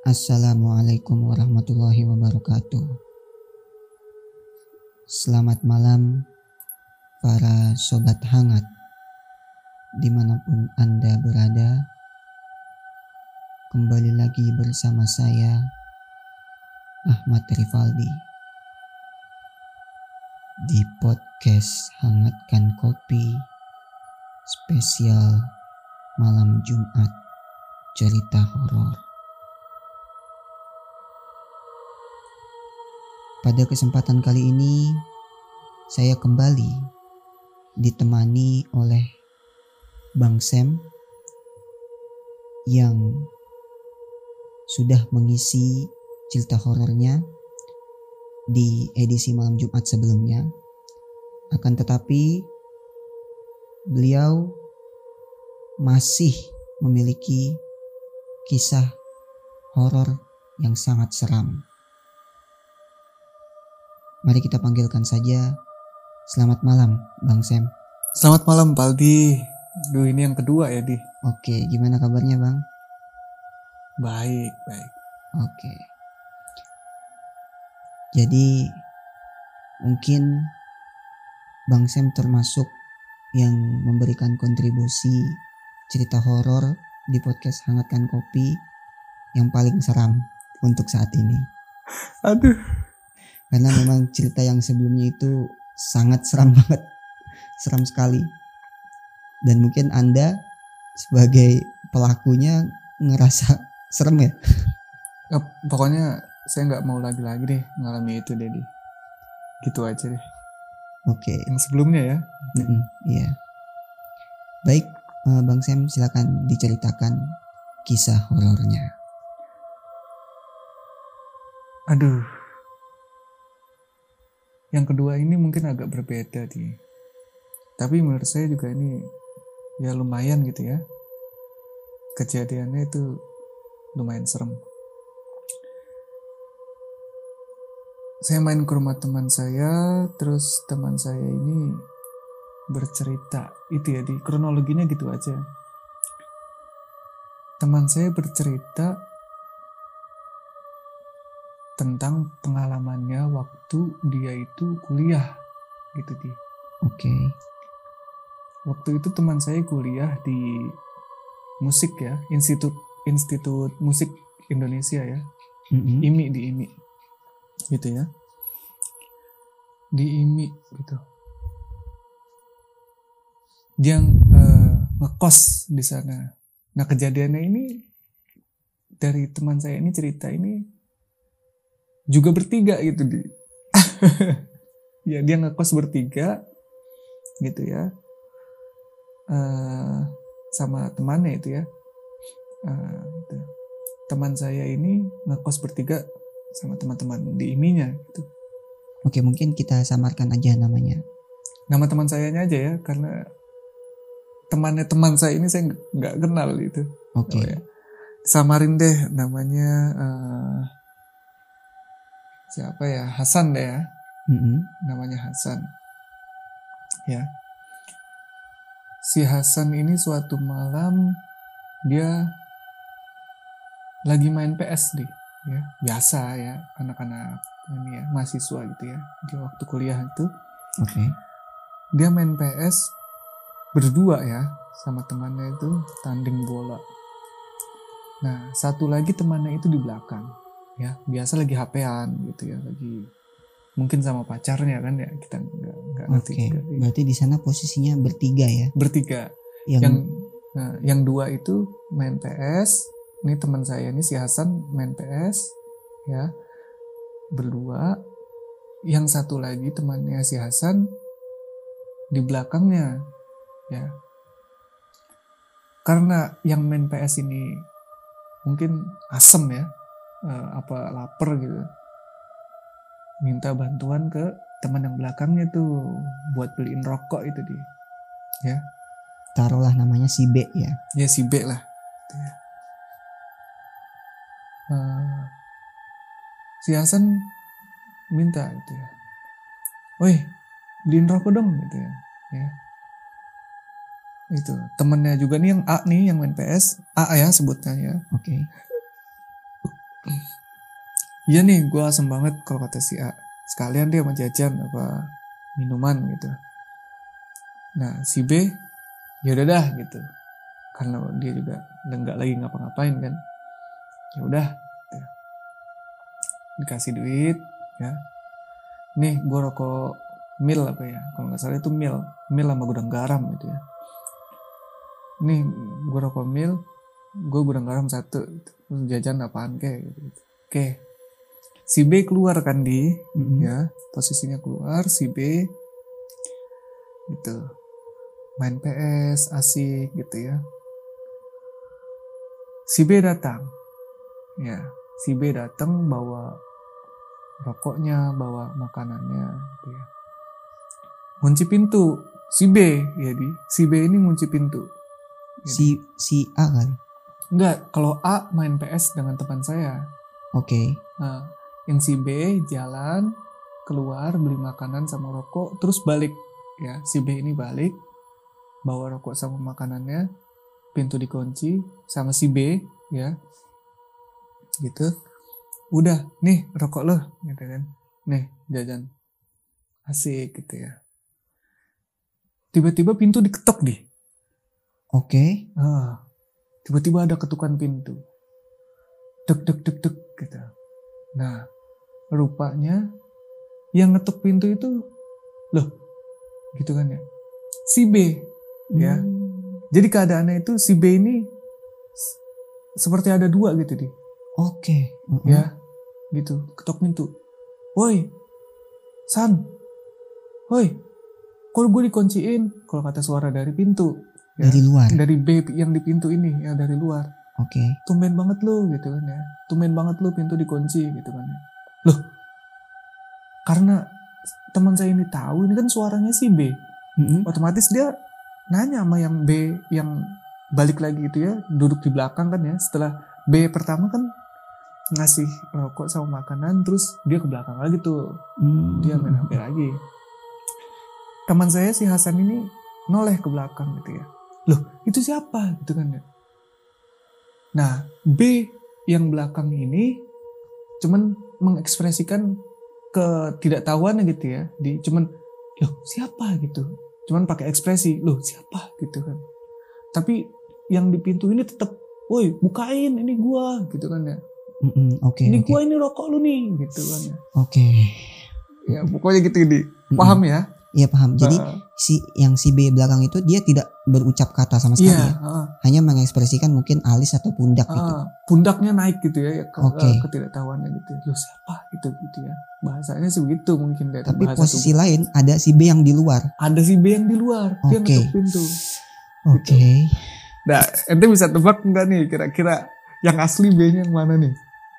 Assalamualaikum warahmatullahi wabarakatuh. Selamat malam para sobat hangat dimanapun Anda berada. Kembali lagi bersama saya Ahmad Rivaldi di podcast Hangatkan Kopi spesial malam Jumat cerita horor. Pada kesempatan kali ini, saya kembali ditemani oleh Bang Sam yang sudah mengisi cerita horornya di edisi malam Jumat sebelumnya. Akan tetapi, beliau masih memiliki kisah horor yang sangat seram. Mari kita panggilkan saja. Selamat malam, Bang Sam. Selamat malam, Paldi. Duh, ini yang kedua ya, Di. Oke, gimana kabarnya, Bang? Baik. Oke. Jadi, mungkin Bang Sam termasuk yang memberikan kontribusi cerita horor di podcast Hangatkan Kopi yang paling seram untuk saat ini. Aduh. Karena memang cerita yang sebelumnya itu sangat seram banget. Seram sekali. Dan mungkin Anda sebagai pelakunya ngerasa serem ya? Pokoknya saya gak mau lagi-lagi deh ngalami itu deh, Di. Gitu aja deh. Oke. Yang sebelumnya ya. Iya. Baik, Bang Sam, silakan diceritakan kisah horornya. Aduh. Yang kedua ini mungkin agak berbeda, Di. Tapi menurut saya juga ini ya lumayan gitu ya. Kejadiannya itu lumayan serem. Saya main ke rumah teman saya, terus teman saya ini bercerita. Itu ya, Di. Kronologinya gitu aja. Teman saya bercerita tentang pengalamannya waktu dia itu kuliah gitu, Di. Oke. Waktu itu teman saya kuliah di musik ya, Institut Musik Indonesia ya. IMI di IMI. Gitu ya. Di IMI gitu. Dia ngekos di sana. Nah, kejadiannya ini dari teman saya ini cerita ini juga bertiga gitu, Di. Ya, dia ngekos bertiga gitu ya, sama temannya itu ya. Gitu. Teman saya ini ngekos bertiga sama teman-teman di IMI-nya gitu. Oke, mungkin kita samarkan aja namanya. Nama teman sayanya aja ya, karena temannya teman saya ini saya nggak kenal gitu. Oke. Oh, ya. Samarin deh namanya. Siapa ya? Hasan deh ya. Namanya Hasan. Ya. Si Hasan ini suatu malam dia lagi main PS deh, ya. Biasa ya, anak-anak ini ya, mahasiswa gitu ya. Dia waktu kuliah itu. Oke. Dia main PS berdua ya sama temannya itu tanding bola. Nah, satu lagi temannya itu di belakang. Ya, biasa lagi HP-an gitu ya, lagi mungkin sama pacarnya kan ya, kita nggak ngerti. Oke, berarti di sana posisinya bertiga ya? Bertiga. Yang dua itu main PS. Ini teman saya ini si Hasan main PS ya, berdua. Yang satu lagi temannya si Hasan di belakangnya ya. Karena yang main PS ini mungkin asem ya, lapar gitu, minta bantuan ke teman yang belakangnya tuh buat beliin rokok itu, Di. Ya, taruhlah namanya si B ya. Ya, si B lah. Si Hasan minta gitu ya, woi beliin rokok dong gitu ya. Itu temennya juga nih yang A nih yang main PS, A ya sebutnya ya. Oke. Iya nih, gue asem banget kalau kata si A. Sekalian dia mau jajan apa minuman gitu. Nah si B, ya udah dah gitu. Karena dia juga udah nggak lagi ngapa-ngapain kan. Ya udah, gitu. Dikasih duit, ya. Nih gue rokok mil apa ya? Kalau nggak salah itu mil sama gudang garam gitu ya. Nih gue rokok mil, gue gudang garam 1. Terus jajan apaan kek? Gitu. Oke. Si B keluar kan ya posisinya keluar si B gitu main PS asik gitu ya. Si B datang bawa rokoknya, bawa makanannya gitu ya. Kunci pintu si B si B ini ngunci pintu. Si A kali. Enggak, kalau A main PS dengan teman saya. Oke. Nah, yang si B jalan keluar beli makanan sama rokok terus balik ya. Si B ini balik bawa rokok sama makanannya, pintu dikunci sama si B ya gitu. Udah nih rokok lo gitu kan, nih jajan asik gitu ya. Tiba-tiba pintu diketok Oke. Tiba-tiba ada ketukan pintu, dek dek dek dek gitu. Nah rupanya yang ngetuk pintu itu loh gitu kan ya, si B ya. Jadi keadaannya itu si B ini seperti ada 2 gitu Oke. ya gitu, ketok pintu. Woi San, woi kok gue dikunciin, kalau kata suara dari pintu ya, Dari luar. dari B yang di pintu ini ya, dari luar. Oke. Tumben banget lu gitu kan ya, tumben banget lu pintu dikunci gitu kan ya. Loh, karena teman saya ini tahu ini kan suaranya si B, otomatis dia nanya sama yang B yang balik lagi itu ya, duduk di belakang kan ya. Setelah B pertama kan ngasih rokok sama makanan, terus dia ke belakang lagi tuh, dia main HP lagi. Teman saya si Hasan ini noleh ke belakang gitu ya. Loh, itu siapa gitu kan ya. Nah, B yang belakang ini cuman mengekspresikan ketidaktahuannya gitu ya. Cuman, loh siapa gitu. Cuman pakai ekspresi, loh siapa gitu kan. Tapi yang di pintu ini tetap, woi bukain ini gua gitu kan ya. Oke. Ini gua, ini rokok lu nih gitu kan ya. Oke. Ya pokoknya gitu paham ya? Iya paham. Jadi si B belakang itu dia tidak berucap kata sama sekali ya. Hanya mengekspresikan mungkin alis atau pundak gitu. Pundaknya naik gitu ya, ketidaktahuannya gitu. Loh siapa gitu ya. Bahasanya sih begitu mungkin. Tapi posisi lain ada si B yang di luar. Ada si B yang di luar. Dia ngetuk pintu. Oke. Gitu. Nah, ente bisa tebak enggak nih kira-kira yang asli B-nya yang mana nih?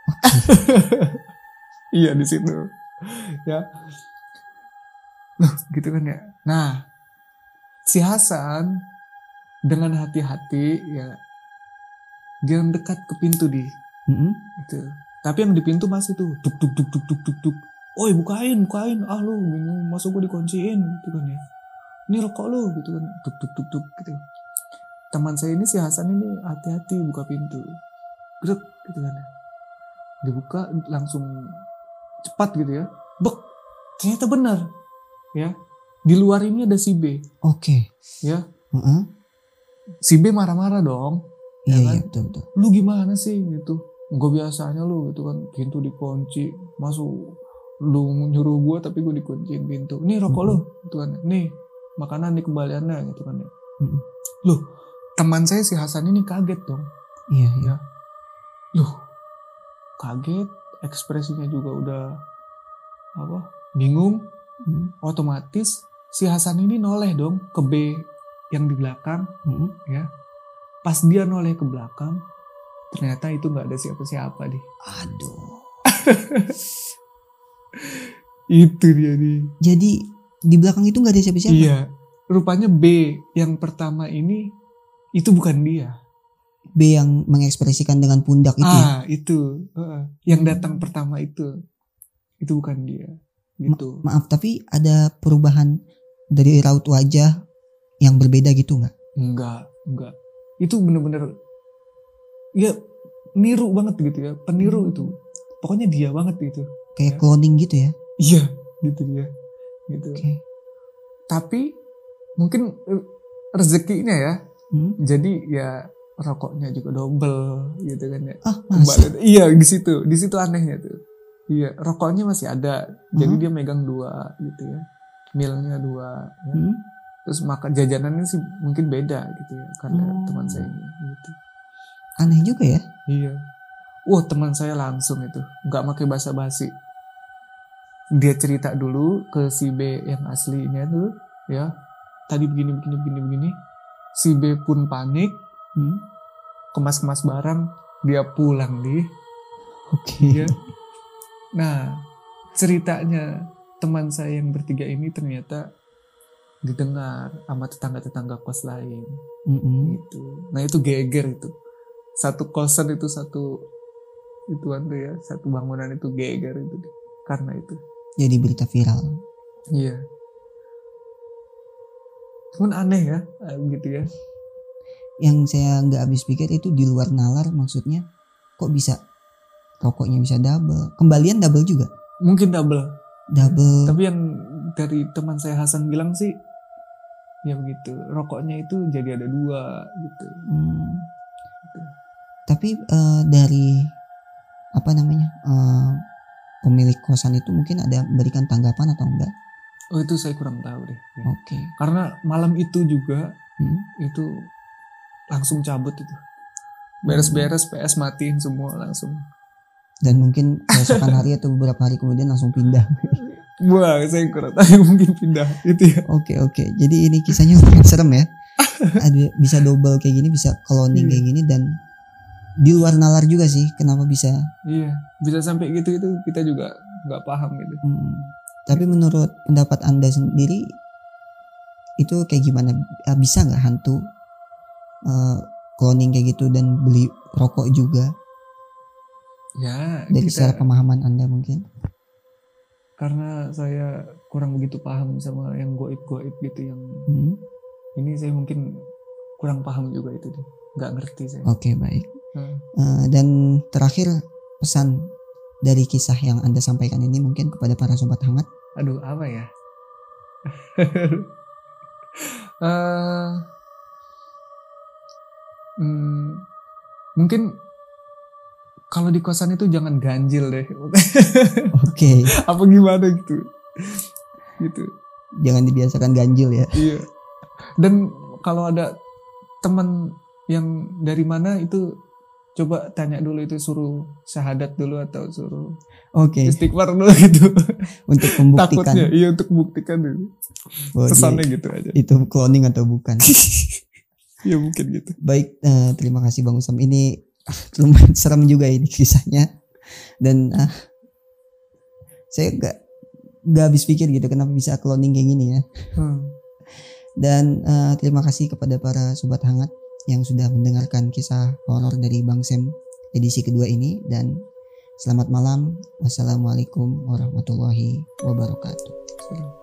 Iya di situ. Ya. Loh gitu kan ya. Nah si Hasan dengan hati-hati ya dia dekat ke pintu gitu. Tapi yang di pintu masih tuh duk duk duk duk duk duk duk. Oi bukain ah lu masuk gue dikunciin gitu kan ya. Ini rokok lu gitu kan, duk duk duk duk gitu. Teman saya ini si Hasan ini hati-hati buka pintu, grek gitu kan ya. Dibuka langsung cepat gitu ya, bek ternyata benar. Ya, di luar ini ada si B. Oke. Ya. Si B marah-marah dong. Iya, kan? iya betul. Lu gimana sih gitu? Gue biasanya lu gitu kan, pintu dikunci, masuk lu nyuruh gue tapi gue dikunciin pintu. Nih rokok lu gitu kan. Nih makanan nih kembaliannya gitu kan ya. Loh, teman saya si Hasan ini kaget dong. Iya. Ya. Loh, kaget, ekspresinya juga udah bingung. Otomatis si Hasan ini noleh dong ke B yang di belakang ya. Pas dia noleh ke belakang ternyata itu nggak ada siapa-siapa Aduh. Itu dia nih. Jadi di belakang itu nggak ada siapa-siapa. Iya, rupanya B yang pertama ini itu bukan dia. B yang mengekspresikan dengan pundak itu. Itu yang datang pertama itu bukan dia. Gitu. Maaf tapi ada perubahan dari raut wajah yang berbeda gitu nggak? Enggak. Itu bener-bener ya niru banget gitu ya, peniru itu. Pokoknya dia banget gitu. Kayak Ya. cloning gitu ya. Iya, gitu dia. Gitu. Oke. Tapi mungkin rezekinya ya. Hmm? Jadi ya rokoknya juga double gitu kan ya. Ah, masa? Kembali. Iya, di situ anehnya tuh. Iya, rokoknya masih ada. Jadi Hmm? dia megang 2 gitu ya. Milnya 2 ya. Hmm? Terus makan jajanannya sih mungkin beda gitu ya, karena Oh. teman saya ini gitu. Aneh juga ya. Iya. Wah, teman saya langsung itu nggak pakai basa-basi. Dia cerita dulu ke si B yang aslinya tuh, ya. Tadi begini. Si B pun panik, Hmm? kemas-kemas barang, dia pulang di. Oke. Iya. Nah, ceritanya teman saya yang bertiga ini ternyata didengar sama tetangga-tetangga kos lain. Mm-mm. Gitu. Nah, itu geger itu. Satu kosan itu satu ya, satu bangunan itu geger itu karena itu. Jadi berita viral. Iya. Cuman aneh ya, gitu ya. Yang saya nggak habis pikir itu di luar nalar, maksudnya kok bisa rokoknya bisa double, kembalian double juga. Mungkin double. Tapi yang dari teman saya Hasan bilang sih, ya begitu. Rokoknya itu jadi ada 2 gitu. Tapi dari apa namanya pemilik kosan itu mungkin ada memberikan tanggapan atau enggak? Oh, itu saya kurang tahu deh. Ya. Oke. Karena malam itu juga itu langsung cabut itu. Beres-beres PS matiin semua langsung. Dan mungkin keesokan hari atau beberapa hari kemudian langsung pindah. Wah, saya kurang tahu, mungkin pindah itu ya. Oke. Jadi ini kisahnya lumayan serem ya. Ada bisa double kayak gini, bisa cloning kayak gini, dan di luar nalar juga sih. Kenapa bisa? Iya, bisa sampai gitu itu kita juga nggak paham gitu. Tapi menurut pendapat Anda sendiri itu kayak gimana? Bisa nggak hantu cloning kayak gitu dan beli rokok juga? Ya, dari secara pemahaman Anda mungkin. Karena saya kurang begitu paham sama yang goib-goib gitu, yang ini saya mungkin kurang paham juga itu deh, nggak ngerti saya. Oke, baik. Dan terakhir, pesan dari kisah yang Anda sampaikan ini mungkin kepada para sobat hangat. Aduh, apa ya? Mungkin kalau di kosan itu jangan ganjil deh. Oke. Apa gimana gitu. Jangan dibiasakan ganjil ya. Iya. Dan kalau ada teman yang dari mana itu, coba tanya dulu itu, suruh syahadat dulu atau suruh istighfar dulu gitu. Untuk membuktikan. Takutnya, iya, untuk membuktikan itu. Pesannya gitu aja. Itu cloning atau bukan? Ya mungkin gitu. Baik, terima kasih Bang Usam. Ini lumayan serem juga ini kisahnya. Dan saya gak habis pikir gitu kenapa bisa cloning kayak gini ya. Dan terima kasih kepada para sobat hangat yang sudah mendengarkan kisah horor dari Bang Sam edisi kedua ini. Dan selamat malam. Wassalamualaikum warahmatullahi wabarakatuh.